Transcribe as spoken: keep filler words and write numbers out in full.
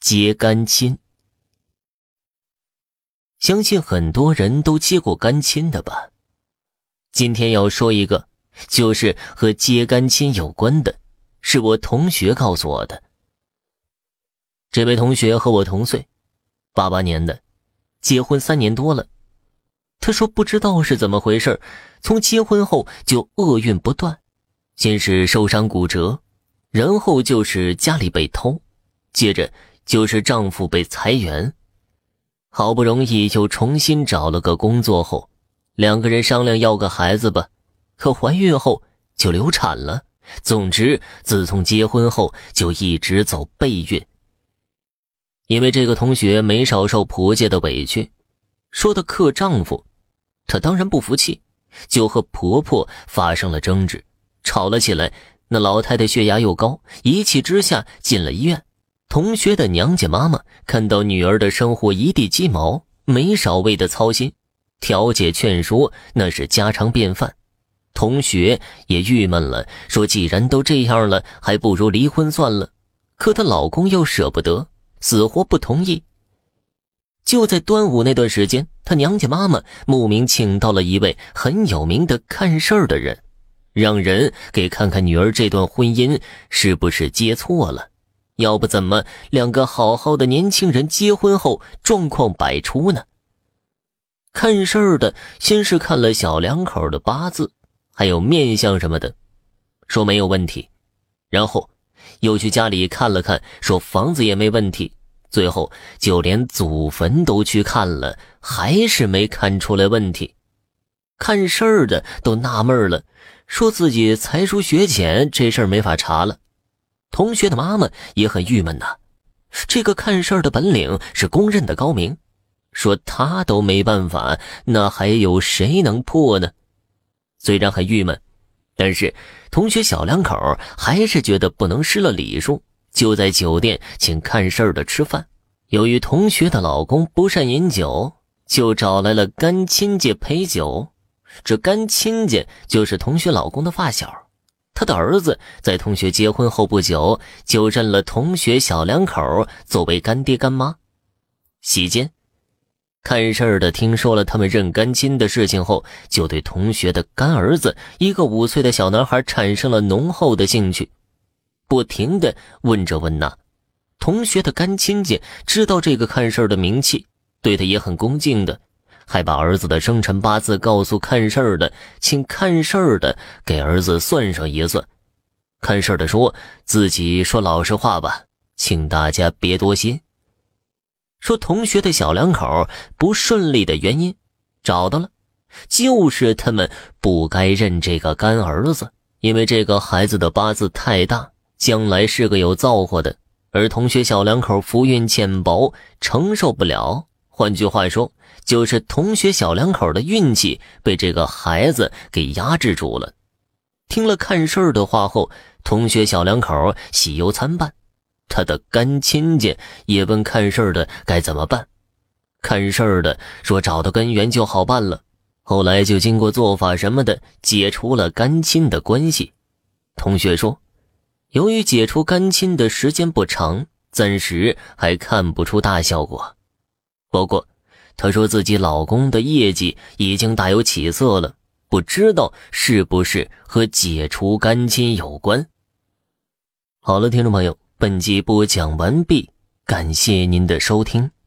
接干亲。相信很多人都接过干亲的吧？今天要说一个，就是和接干亲有关的，是我同学告诉我的。这位同学和我同岁，八八年的，结婚三年多了。他说不知道是怎么回事，从结婚后就厄运不断，先是受伤骨折，然后就是家里被偷，接着就是丈夫被裁员。好不容易又重新找了个工作后，两个人商量要个孩子吧，可怀孕后就流产了。总之自从结婚后就一直走备孕。因为这个同学没少受婆家的委屈，说的克丈夫，她当然不服气，就和婆婆发生了争执，吵了起来。那老太太血压又高，一气之下进了医院。同学的娘家妈妈看到女儿的生活一地鸡毛，没少为她操心，调解劝说那是家常便饭。同学也郁闷了，说既然都这样了，还不如离婚算了。可她老公又舍不得，死活不同意。就在端午那段时间，她娘家妈妈慕名请到了一位很有名的看事儿的人，让人给看看女儿这段婚姻是不是接错了，要不怎么两个好好的年轻人结婚后状况百出呢？看事儿的先是看了小两口的八字还有面相什么的，说没有问题，然后又去家里看了看，说房子也没问题，最后就连祖坟都去看了，还是没看出来问题。看事儿的都纳闷了，说自己才疏学浅，这事儿没法查了。同学的妈妈也很郁闷呐，这个看事儿的本领是公认的高明，说他都没办法，那还有谁能破呢？虽然很郁闷，但是同学小两口还是觉得不能失了礼数，就在酒店请看事儿的吃饭。由于同学的老公不善饮酒，就找来了干亲家陪酒。这干亲家就是同学老公的发小，他的儿子在同学结婚后不久就认了同学小两口作为干爹干妈。席间看事儿的听说了他们认干亲的事情后，就对同学的干儿子一个五岁的小男孩产生了浓厚的兴趣，不停地问这问那。同学的干亲家知道这个看事儿的名气，对他也很恭敬的，还把儿子的生辰八字告诉看事儿的，请看事儿的给儿子算上一算。看事儿的说自己说老实话吧，请大家别多心。说同学的小两口不顺利的原因找到了，就是他们不该认这个干儿子，因为这个孩子的八字太大，将来是个有造化的，而同学小两口福运浅薄，承受不了。换句话说，就是同学小两口的运气被这个孩子给压制住了。听了看事儿的话后，同学小两口喜忧参半，他的干亲家也问看事儿的该怎么办。看事儿的说找到根源就好办了，后来就经过做法什么的解除了干亲的关系。同学说，由于解除干亲的时间不长，暂时还看不出大效果。不过她说自己老公的业绩已经大有起色了，不知道是不是和解除干亲有关。好了，听众朋友，本集播讲完毕，感谢您的收听。